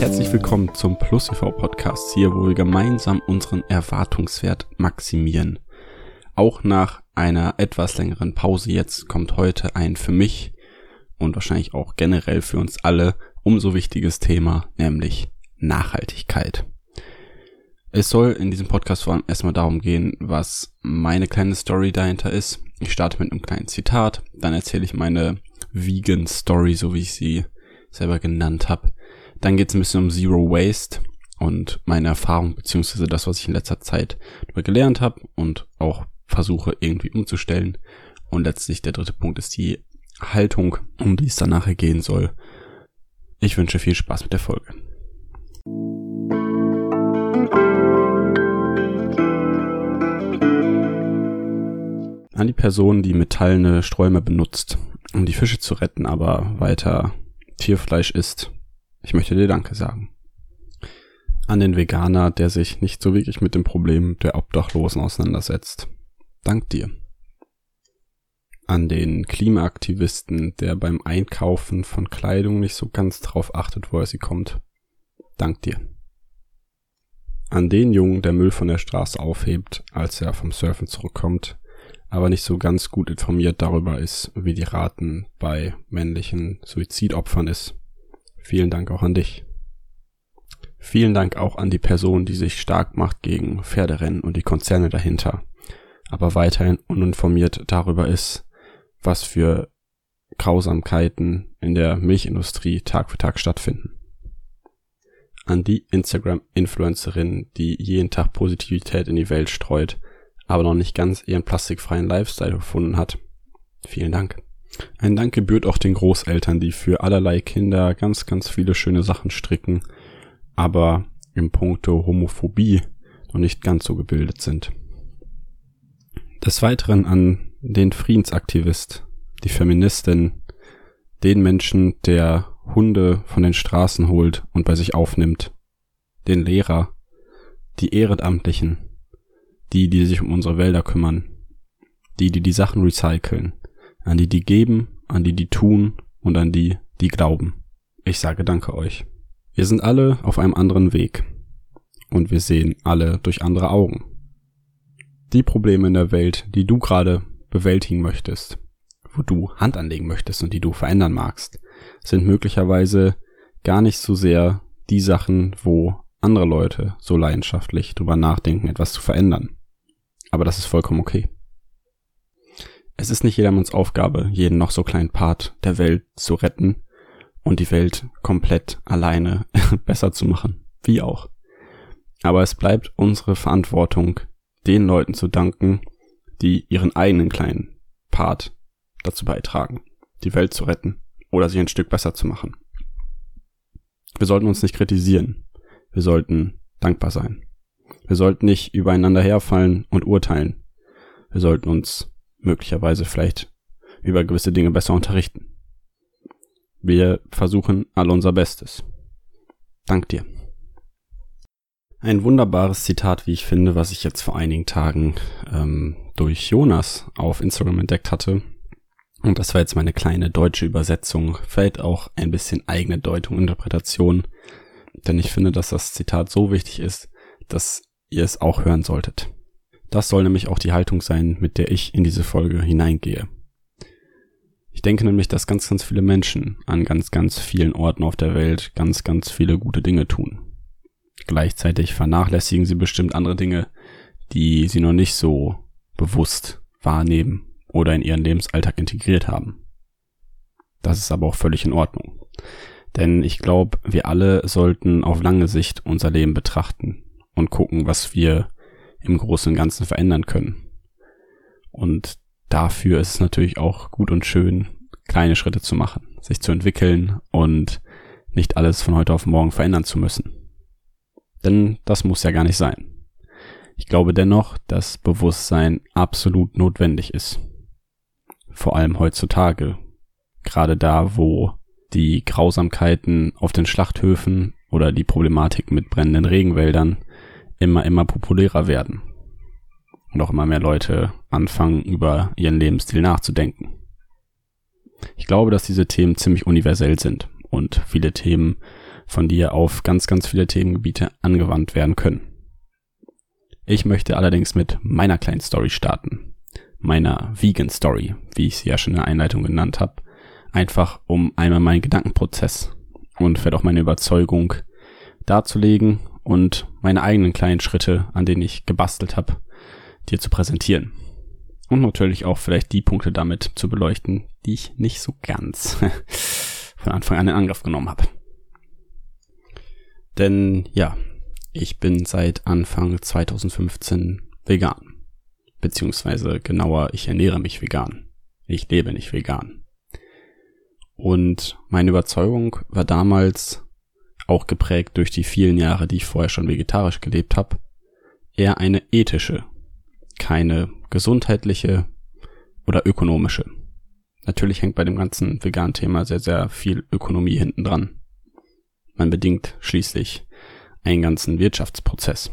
Herzlich willkommen zum PlusTV-Podcast, hier wo wir gemeinsam unseren Erwartungswert maximieren. Auch nach einer etwas längeren Pause jetzt kommt heute ein für mich und wahrscheinlich auch generell für uns alle umso wichtiges Thema, nämlich Nachhaltigkeit. Es soll in diesem Podcast vor allem erstmal darum gehen, was meine kleine Story dahinter ist. Ich starte mit einem kleinen Zitat, dann erzähle ich meine Vegan Story, so wie ich sie selber genannt habe. Dann geht es ein bisschen um Zero Waste und meine Erfahrung beziehungsweise das, was ich in letzter Zeit darüber gelernt habe und auch versuche irgendwie umzustellen. Und letztlich der dritte Punkt ist die Haltung, um die es dann nachher gehen soll. Ich wünsche viel Spaß mit der Folge. An die Person, die metallene Sträume benutzt, um die Fische zu retten, aber weiter Tierfleisch isst. Ich möchte dir Danke sagen. An den Veganer, der sich nicht so wirklich mit dem Problem der Obdachlosen auseinandersetzt. Dank dir. An den Klimaaktivisten, der beim Einkaufen von Kleidung nicht so ganz drauf achtet, woher sie kommt. Dank dir. An den Jungen, der Müll von der Straße aufhebt, als er vom Surfen zurückkommt, aber nicht so ganz gut informiert darüber ist, wie die Raten bei männlichen Suizidopfern ist. Vielen Dank auch an dich. Vielen Dank auch an die Person, die sich stark macht gegen Pferderennen und die Konzerne dahinter, aber weiterhin uninformiert darüber ist, was für Grausamkeiten in der Milchindustrie Tag für Tag stattfinden. An die Instagram-Influencerin, die jeden Tag Positivität in die Welt streut, aber noch nicht ganz ihren plastikfreien Lifestyle gefunden hat. Vielen Dank. Ein Dank gebührt auch den Großeltern, die für allerlei Kinder ganz, ganz viele schöne Sachen stricken, aber im Punkto Homophobie noch nicht ganz so gebildet sind. Des Weiteren an den Friedensaktivist, die Feministin, den Menschen, der Hunde von den Straßen holt und bei sich aufnimmt, den Lehrer, die Ehrenamtlichen, die sich um unsere Wälder kümmern, die Sachen recyceln, an die geben, an die tun und an die glauben. Ich sage danke euch. Wir sind alle auf einem anderen Weg und wir sehen alle durch andere Augen. Die Probleme in der Welt, die du gerade bewältigen möchtest, wo du Hand anlegen möchtest und die du verändern magst, sind möglicherweise gar nicht so sehr die Sachen, wo andere Leute so leidenschaftlich drüber nachdenken, etwas zu verändern. Aber das ist vollkommen okay. Es ist nicht jedermanns Aufgabe, jeden noch so kleinen Part der Welt zu retten und die Welt komplett alleine besser zu machen. Wie auch. Aber es bleibt unsere Verantwortung, den Leuten zu danken, die ihren eigenen kleinen Part dazu beitragen, die Welt zu retten oder sie ein Stück besser zu machen. Wir sollten uns nicht kritisieren. Wir sollten dankbar sein. Wir sollten nicht übereinander herfallen und urteilen. Wir sollten uns möglicherweise vielleicht über gewisse Dinge besser unterrichten. Wir versuchen alle unser Bestes. Dank dir. Ein wunderbares Zitat, wie ich finde, was ich jetzt vor einigen Tagen durch Jonas auf Instagram entdeckt hatte. Und das war jetzt meine kleine deutsche Übersetzung, vielleicht auch ein bisschen eigene Deutung, Interpretation. Denn ich finde, dass das Zitat so wichtig ist, dass ihr es auch hören solltet. Das soll nämlich auch die Haltung sein, mit der ich in diese Folge hineingehe. Ich denke nämlich, dass ganz, ganz viele Menschen an ganz, ganz vielen Orten auf der Welt ganz, ganz viele gute Dinge tun. Gleichzeitig vernachlässigen sie bestimmt andere Dinge, die sie noch nicht so bewusst wahrnehmen oder in ihren Lebensalltag integriert haben. Das ist aber auch völlig in Ordnung. Denn ich glaube, wir alle sollten auf lange Sicht unser Leben betrachten und gucken, was wir im Großen und Ganzen verändern können. Und dafür ist es natürlich auch gut und schön, kleine Schritte zu machen, sich zu entwickeln und nicht alles von heute auf morgen verändern zu müssen. Denn das muss ja gar nicht sein. Ich glaube dennoch, dass Bewusstsein absolut notwendig ist. Vor allem heutzutage. Gerade da, wo die Grausamkeiten auf den Schlachthöfen oder die Problematik mit brennenden Regenwäldern immer populärer werden. Und auch immer mehr Leute anfangen, über ihren Lebensstil nachzudenken. Ich glaube, dass diese Themen ziemlich universell sind und viele Themen von dir auf ganz, ganz viele Themengebiete angewandt werden können. Ich möchte allerdings mit meiner kleinen Story starten. Meiner Vegan Story, wie ich sie ja schon in der Einleitung genannt habe. Einfach um einmal meinen Gedankenprozess und vielleicht auch meine Überzeugung darzulegen und meine eigenen kleinen Schritte, an denen ich gebastelt habe, dir zu präsentieren. Und natürlich auch vielleicht die Punkte damit zu beleuchten, die ich nicht so ganz von Anfang an in Angriff genommen habe. Denn ja, ich bin seit Anfang 2015 vegan. Beziehungsweise genauer, ich ernähre mich vegan. Ich lebe nicht vegan. Und meine Überzeugung war damals auch geprägt durch die vielen Jahre, die ich vorher schon vegetarisch gelebt habe, eher eine ethische, keine gesundheitliche oder ökonomische. Natürlich hängt bei dem ganzen veganen Thema sehr, sehr viel Ökonomie hinten dran. Man bedingt schließlich einen ganzen Wirtschaftsprozess.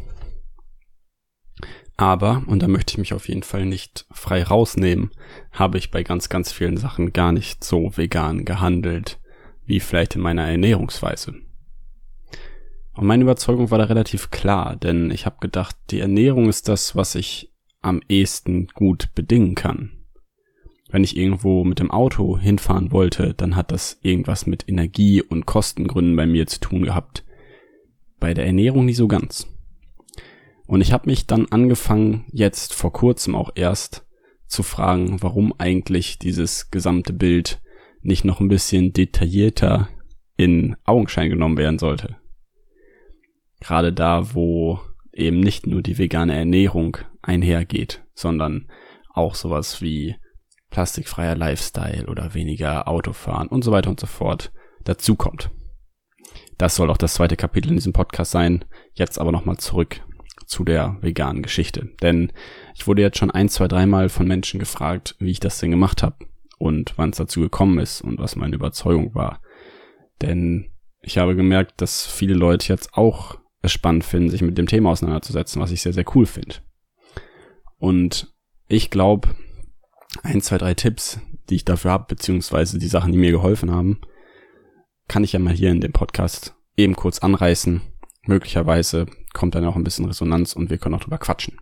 Aber, und da möchte ich mich auf jeden Fall nicht frei rausnehmen, habe ich bei ganz, ganz vielen Sachen gar nicht so vegan gehandelt, wie vielleicht in meiner Ernährungsweise. Und meine Überzeugung war da relativ klar, denn ich habe gedacht, die Ernährung ist das, was ich am ehesten gut bedingen kann. Wenn ich irgendwo mit dem Auto hinfahren wollte, dann hat das irgendwas mit Energie- und Kostengründen bei mir zu tun gehabt. Bei der Ernährung nicht so ganz. Und ich habe mich dann angefangen, jetzt vor kurzem auch erst, zu fragen, warum eigentlich dieses gesamte Bild nicht noch ein bisschen detaillierter in Augenschein genommen werden sollte. Gerade da, wo eben nicht nur die vegane Ernährung einhergeht, sondern auch sowas wie plastikfreier Lifestyle oder weniger Autofahren und so weiter und so fort dazukommt. Das soll auch das zweite Kapitel in diesem Podcast sein. Jetzt aber nochmal zurück zu der veganen Geschichte. Denn ich wurde jetzt schon 1, 2, 3 Mal von Menschen gefragt, wie ich das denn gemacht habe und wann es dazu gekommen ist und was meine Überzeugung war. Denn ich habe gemerkt, dass viele Leute jetzt auch es spannend finden, sich mit dem Thema auseinanderzusetzen, was ich sehr, sehr cool finde. Und ich glaube, 1, 2, 3 Tipps, die ich dafür habe, beziehungsweise die Sachen, die mir geholfen haben, kann ich ja mal hier in dem Podcast eben kurz anreißen. Möglicherweise kommt dann auch ein bisschen Resonanz und wir können auch drüber quatschen.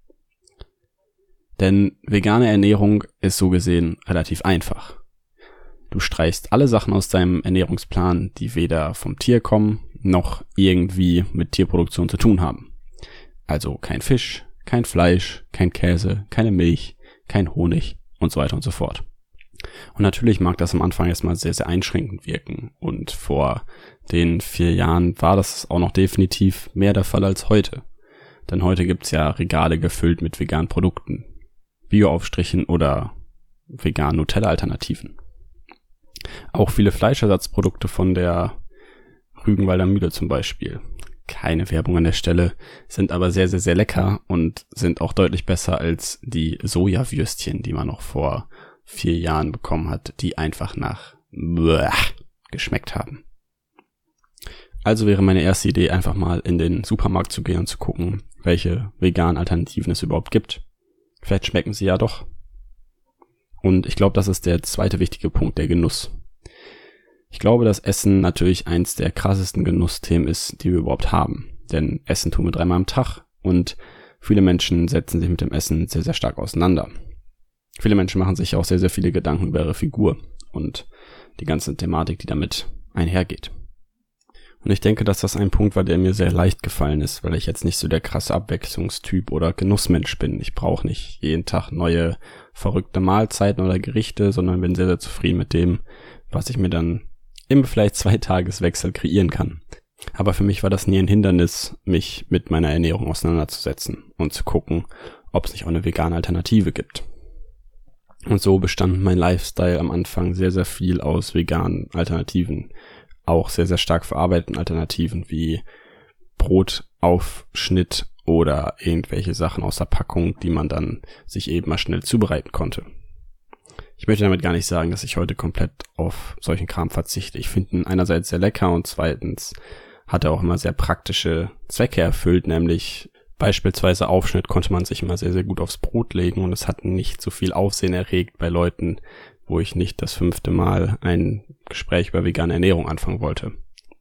Denn vegane Ernährung ist so gesehen relativ einfach. Du streichst alle Sachen aus deinem Ernährungsplan, die weder vom Tier kommen, noch irgendwie mit Tierproduktion zu tun haben. Also kein Fisch, kein Fleisch, kein Käse, keine Milch, kein Honig und so weiter und so fort. Und natürlich mag das am Anfang erstmal sehr, sehr einschränkend wirken. Und vor den 4 Jahren war das auch noch definitiv mehr der Fall als heute. Denn heute gibt's ja Regale gefüllt mit veganen Produkten, Bioaufstrichen oder veganen Nutella-Alternativen. Auch viele Fleischersatzprodukte von der Rügenwalder Mühle zum Beispiel. Keine Werbung an der Stelle, sind aber sehr, sehr, sehr lecker und sind auch deutlich besser als die Sojawürstchen, die man noch vor 4 Jahren bekommen hat, die einfach nach geschmeckt haben. Also wäre meine erste Idee, einfach mal in den Supermarkt zu gehen und zu gucken, welche veganen Alternativen es überhaupt gibt. Vielleicht schmecken sie ja doch. Und ich glaube, das ist der zweite wichtige Punkt, der Genuss. Ich glaube, dass Essen natürlich eins der krassesten Genussthemen ist, die wir überhaupt haben. Denn Essen tun wir 3-mal am Tag und viele Menschen setzen sich mit dem Essen sehr, sehr stark auseinander. Viele Menschen machen sich auch sehr, sehr viele Gedanken über ihre Figur und die ganze Thematik, die damit einhergeht. Und ich denke, dass das ein Punkt war, der mir sehr leicht gefallen ist, weil ich jetzt nicht so der krasse Abwechslungstyp oder Genussmensch bin. Ich brauche nicht jeden Tag neue verrückte Mahlzeiten oder Gerichte, sondern bin sehr, sehr zufrieden mit dem, was ich mir dann im vielleicht 2-Tageswechsel kreieren kann. Aber für mich war das nie ein Hindernis, mich mit meiner Ernährung auseinanderzusetzen und zu gucken, ob es nicht auch eine vegane Alternative gibt. Und so bestand mein Lifestyle am Anfang sehr, sehr viel aus veganen Alternativen. Auch sehr, sehr stark verarbeiteten Alternativen wie Brotaufschnitt oder irgendwelche Sachen aus der Packung, die man dann sich eben mal schnell zubereiten konnte. Ich möchte damit gar nicht sagen, dass ich heute komplett auf solchen Kram verzichte. Ich finde ihn einerseits sehr lecker und zweitens hat er auch immer sehr praktische Zwecke erfüllt, nämlich beispielsweise Aufschnitt konnte man sich immer sehr, sehr gut aufs Brot legen und es hat nicht so viel Aufsehen erregt bei Leuten, wo ich nicht das 5. Mal ein Gespräch über vegane Ernährung anfangen wollte.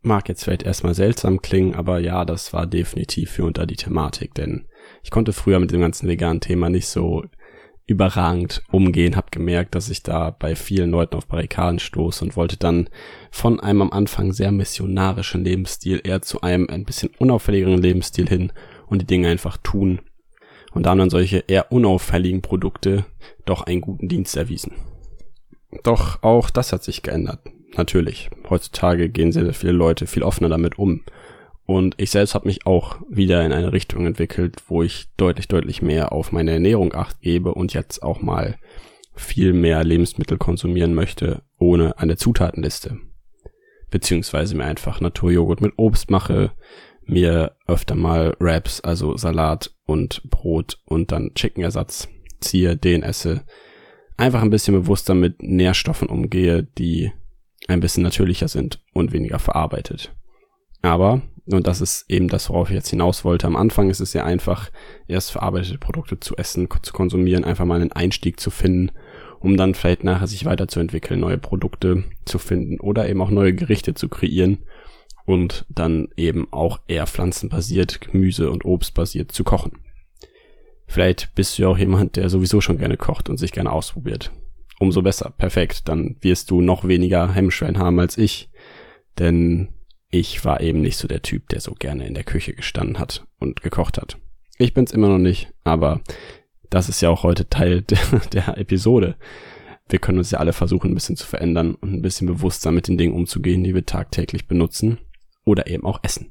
Mag jetzt vielleicht erstmal seltsam klingen, aber ja, das war definitiv für unter die Thematik, denn ich konnte früher mit dem ganzen veganen Thema nicht so überragend umgehen, habe gemerkt, dass ich da bei vielen Leuten auf Barrikaden stoße und wollte dann von einem am Anfang sehr missionarischen Lebensstil eher zu einem ein bisschen unauffälligeren Lebensstil hin und die Dinge einfach tun. Und da haben dann solche eher unauffälligen Produkte doch einen guten Dienst erwiesen. Doch auch das hat sich geändert. Natürlich, heutzutage gehen sehr, sehr viele Leute viel offener damit um. Und ich selbst habe mich auch wieder in eine Richtung entwickelt, wo ich deutlich mehr auf meine Ernährung Acht gebe und jetzt auch mal viel mehr Lebensmittel konsumieren möchte, ohne eine Zutatenliste. Beziehungsweise mir einfach Naturjoghurt mit Obst mache, mir öfter mal Wraps, also Salat und Brot und dann Chickenersatz ziehe, den esse. Einfach ein bisschen bewusster mit Nährstoffen umgehe, die ein bisschen natürlicher sind und weniger verarbeitet. Aber, und das ist eben das, worauf ich jetzt hinaus wollte, am Anfang ist es ja einfach, erst verarbeitete Produkte zu essen, zu konsumieren, einfach mal einen Einstieg zu finden, um dann vielleicht nachher sich weiterzuentwickeln, neue Produkte zu finden oder eben auch neue Gerichte zu kreieren und dann eben auch eher pflanzenbasiert, Gemüse- und Obstbasiert zu kochen. Vielleicht bist du ja auch jemand, der sowieso schon gerne kocht und sich gerne ausprobiert. Umso besser, perfekt, dann wirst du noch weniger Hemmschwellen haben als ich, denn ich war eben nicht so der Typ, der so gerne in der Küche gestanden hat und gekocht hat. Ich bin's immer noch nicht, aber das ist ja auch heute Teil der Episode. Wir können uns ja alle versuchen, ein bisschen zu verändern und ein bisschen bewusster mit den Dingen umzugehen, die wir tagtäglich benutzen oder eben auch essen.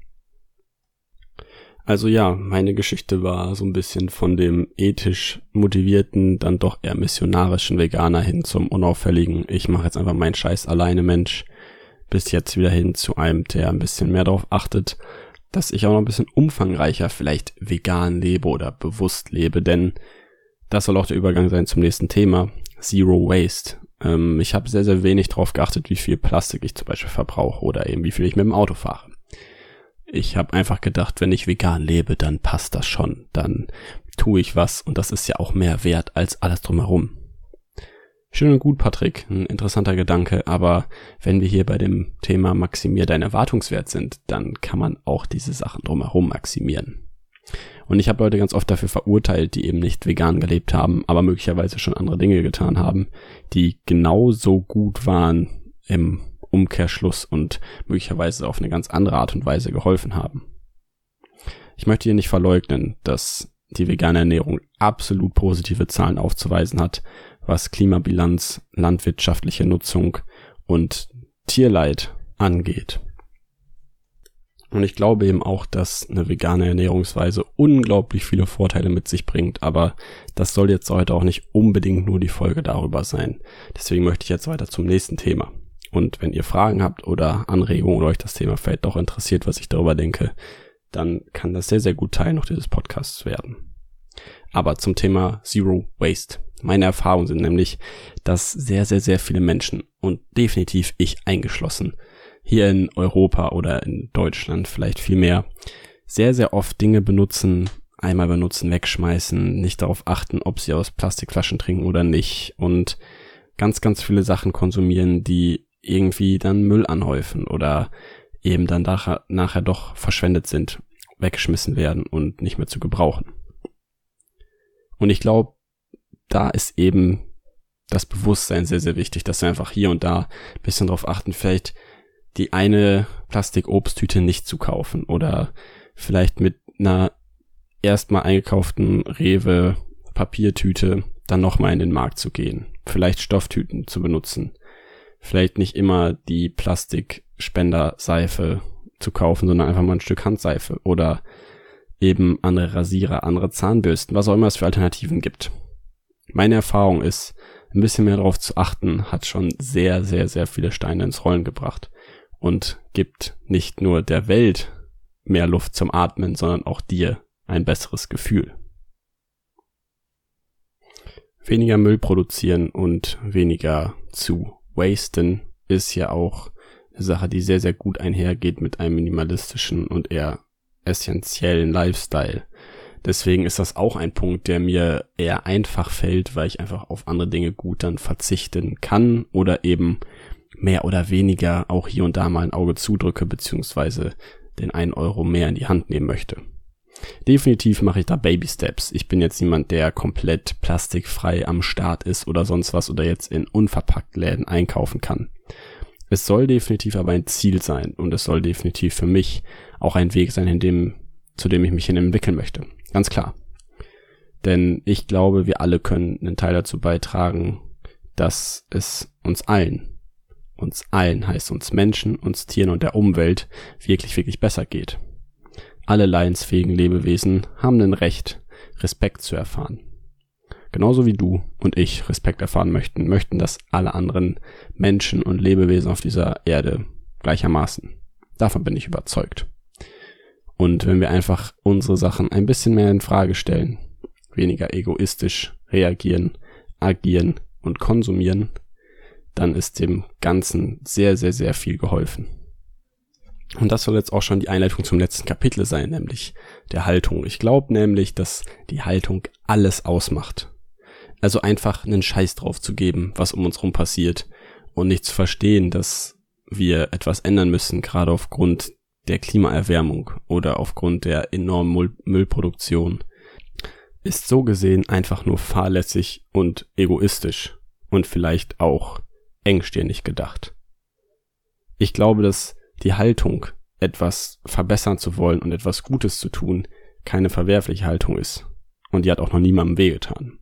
Also ja, meine Geschichte war so ein bisschen von dem ethisch motivierten, dann doch eher missionarischen Veganer hin zum unauffälligen, ich mache jetzt einfach meinen Scheiß alleine Mensch, bis jetzt wieder hin zu einem, der ein bisschen mehr darauf achtet, dass ich auch noch ein bisschen umfangreicher vielleicht vegan lebe oder bewusst lebe, denn das soll auch der Übergang sein zum nächsten Thema, Zero Waste. Ich habe sehr, sehr wenig darauf geachtet, wie viel Plastik ich zum Beispiel verbrauche oder eben wie viel ich mit dem Auto fahre. Ich habe einfach gedacht, wenn ich vegan lebe, dann passt das schon, dann tue ich was und das ist ja auch mehr wert als alles drumherum. Schön und gut, Patrick, ein interessanter Gedanke, aber wenn wir hier bei dem Thema maximier deinen Erwartungswert sind, dann kann man auch diese Sachen drumherum maximieren. Und ich habe Leute ganz oft dafür verurteilt, die eben nicht vegan gelebt haben, aber möglicherweise schon andere Dinge getan haben, die genauso gut waren im Umkehrschluss und möglicherweise auf eine ganz andere Art und Weise geholfen haben. Ich möchte hier nicht verleugnen, dass die vegane Ernährung absolut positive Zahlen aufzuweisen hat, was Klimabilanz, landwirtschaftliche Nutzung und Tierleid angeht. Und ich glaube eben auch, dass eine vegane Ernährungsweise unglaublich viele Vorteile mit sich bringt, aber das soll jetzt heute auch nicht unbedingt nur die Folge darüber sein. Deswegen möchte ich jetzt weiter zum nächsten Thema. Und wenn ihr Fragen habt oder Anregungen oder euch das Thema vielleicht doch interessiert, was ich darüber denke, dann kann das sehr, sehr gut Teil noch dieses Podcasts werden. Aber zum Thema Zero Waste. Meine Erfahrungen sind nämlich, dass sehr, sehr, sehr viele Menschen und definitiv ich eingeschlossen, hier in Europa oder in Deutschland vielleicht viel mehr, sehr, sehr oft Dinge benutzen, einmal benutzen, wegschmeißen, nicht darauf achten, ob sie aus Plastikflaschen trinken oder nicht und ganz, ganz viele Sachen konsumieren, die irgendwie dann Müll anhäufen oder eben dann nachher doch verschwendet sind, weggeschmissen werden und nicht mehr zu gebrauchen. Und ich glaube, da ist eben das Bewusstsein sehr, sehr wichtig, dass wir einfach hier und da ein bisschen drauf achten, vielleicht die eine Plastik-Obsttüte nicht zu kaufen oder vielleicht mit einer erstmal eingekauften Rewe Papiertüte dann nochmal in den Markt zu gehen, vielleicht Stofftüten zu benutzen, vielleicht nicht immer die Plastikspenderseife zu kaufen, sondern einfach mal ein Stück Handseife oder eben andere Rasierer, andere Zahnbürsten, was auch immer es für Alternativen gibt. Meine Erfahrung ist, ein bisschen mehr darauf zu achten, hat schon sehr, sehr, sehr viele Steine ins Rollen gebracht und gibt nicht nur der Welt mehr Luft zum Atmen, sondern auch dir ein besseres Gefühl. Weniger Müll produzieren und weniger zu wasten ist ja auch eine Sache, die sehr, sehr gut einhergeht mit einem minimalistischen und eher essentiellen Lifestyle. Deswegen ist das auch ein Punkt, der mir eher einfach fällt, weil ich einfach auf andere Dinge gut dann verzichten kann oder eben mehr oder weniger auch hier und da mal ein Auge zudrücke, beziehungsweise den 1 Euro mehr in die Hand nehmen möchte. Definitiv mache ich da Baby Steps. Ich bin jetzt niemand, der komplett plastikfrei am Start ist oder sonst was oder jetzt in unverpackt Läden einkaufen kann. Es soll definitiv aber ein Ziel sein und es soll definitiv für mich auch ein Weg sein, zu dem ich mich hin entwickeln möchte. Ganz klar. Denn ich glaube, wir alle können einen Teil dazu beitragen, dass es uns allen heißt uns Menschen, uns Tieren und der Umwelt wirklich, wirklich besser geht. Alle leidensfähigen Lebewesen haben ein Recht, Respekt zu erfahren. Genauso wie du und ich Respekt erfahren möchten das alle anderen Menschen und Lebewesen auf dieser Erde gleichermaßen. Davon bin ich überzeugt. Und wenn wir einfach unsere Sachen ein bisschen mehr in Frage stellen, weniger egoistisch reagieren, agieren und konsumieren, dann ist dem Ganzen sehr, sehr, sehr viel geholfen. Und das soll jetzt auch schon die Einleitung zum letzten Kapitel sein, nämlich der Haltung. Ich glaube nämlich, dass die Haltung alles ausmacht. Also einfach einen Scheiß drauf zu geben, was um uns rum passiert und nicht zu verstehen, dass wir etwas ändern müssen, gerade aufgrund der Klimaerwärmung oder aufgrund der enormen Müllproduktion, ist so gesehen einfach nur fahrlässig und egoistisch und vielleicht auch engstirnig gedacht. Ich glaube, dass die Haltung, etwas verbessern zu wollen und etwas Gutes zu tun, keine verwerfliche Haltung ist. Und die hat auch noch niemandem wehgetan.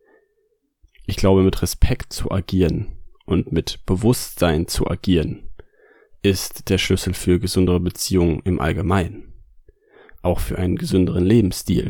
Ich glaube, mit Respekt zu agieren und mit Bewusstsein zu agieren, ist der Schlüssel für gesündere Beziehungen im Allgemeinen. Auch für einen gesünderen Lebensstil.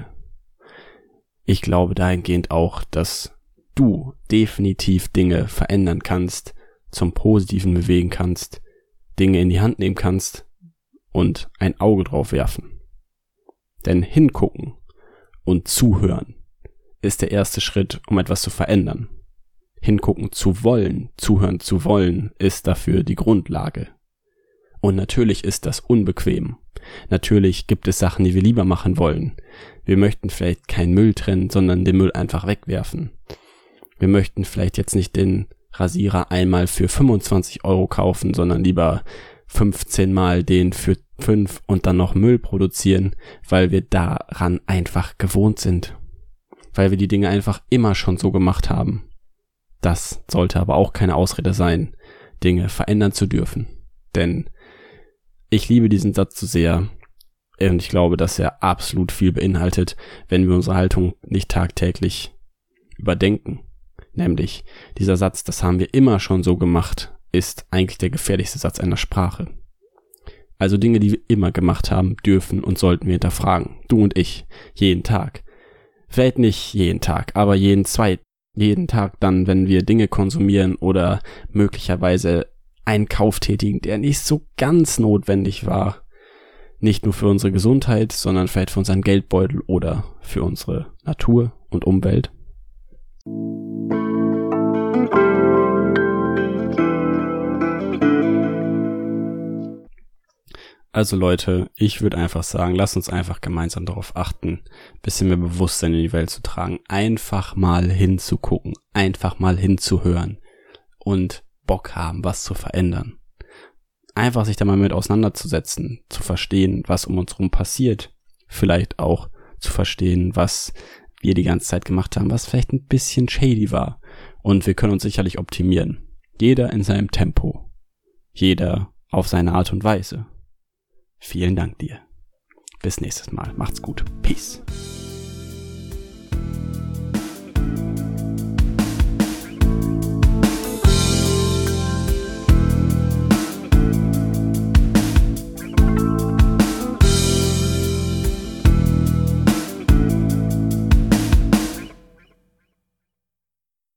Ich glaube dahingehend auch, dass du definitiv Dinge verändern kannst, zum Positiven bewegen kannst, Dinge in die Hand nehmen kannst und ein Auge drauf werfen. Denn hingucken und zuhören ist der erste Schritt, um etwas zu verändern. Hingucken zu wollen, zuhören zu wollen, ist dafür die Grundlage. Und natürlich ist das unbequem. Natürlich gibt es Sachen, die wir lieber machen wollen. Wir möchten vielleicht keinen Müll trennen, sondern den Müll einfach wegwerfen. Wir möchten vielleicht jetzt nicht den Rasierer einmal für 25 Euro kaufen, sondern lieber 15 Mal den für 5 und dann noch Müll produzieren, weil wir daran einfach gewohnt sind. Weil wir die Dinge einfach immer schon so gemacht haben. Das sollte aber auch keine Ausrede sein, Dinge verändern zu dürfen. Denn ich liebe diesen Satz so sehr und ich glaube, dass er absolut viel beinhaltet, wenn wir unsere Haltung nicht tagtäglich überdenken. Nämlich, dieser Satz, das haben wir immer schon so gemacht, ist eigentlich der gefährlichste Satz einer Sprache. Also Dinge, die wir immer gemacht haben, dürfen und sollten wir hinterfragen. Du und ich, jeden Tag. Vielleicht nicht jeden Tag, aber jeden Tag dann, wenn wir Dinge konsumieren oder möglicherweise einen Kauf tätigen, der nicht so ganz notwendig war. Nicht nur für unsere Gesundheit, sondern vielleicht für unseren Geldbeutel oder für unsere Natur und Umwelt. Also Leute, ich würde einfach sagen, lasst uns einfach gemeinsam darauf achten, ein bisschen mehr Bewusstsein in die Welt zu tragen, einfach mal hinzugucken, einfach mal hinzuhören und Bock haben, was zu verändern. Einfach sich da mal mit auseinanderzusetzen, zu verstehen, was um uns rum passiert, vielleicht auch zu verstehen, was wir die ganze Zeit gemacht haben, was vielleicht ein bisschen shady war. Und wir können uns sicherlich optimieren. Jeder in seinem Tempo. Jeder auf seine Art und Weise. Vielen Dank dir. Bis nächstes Mal. Macht's gut. Peace.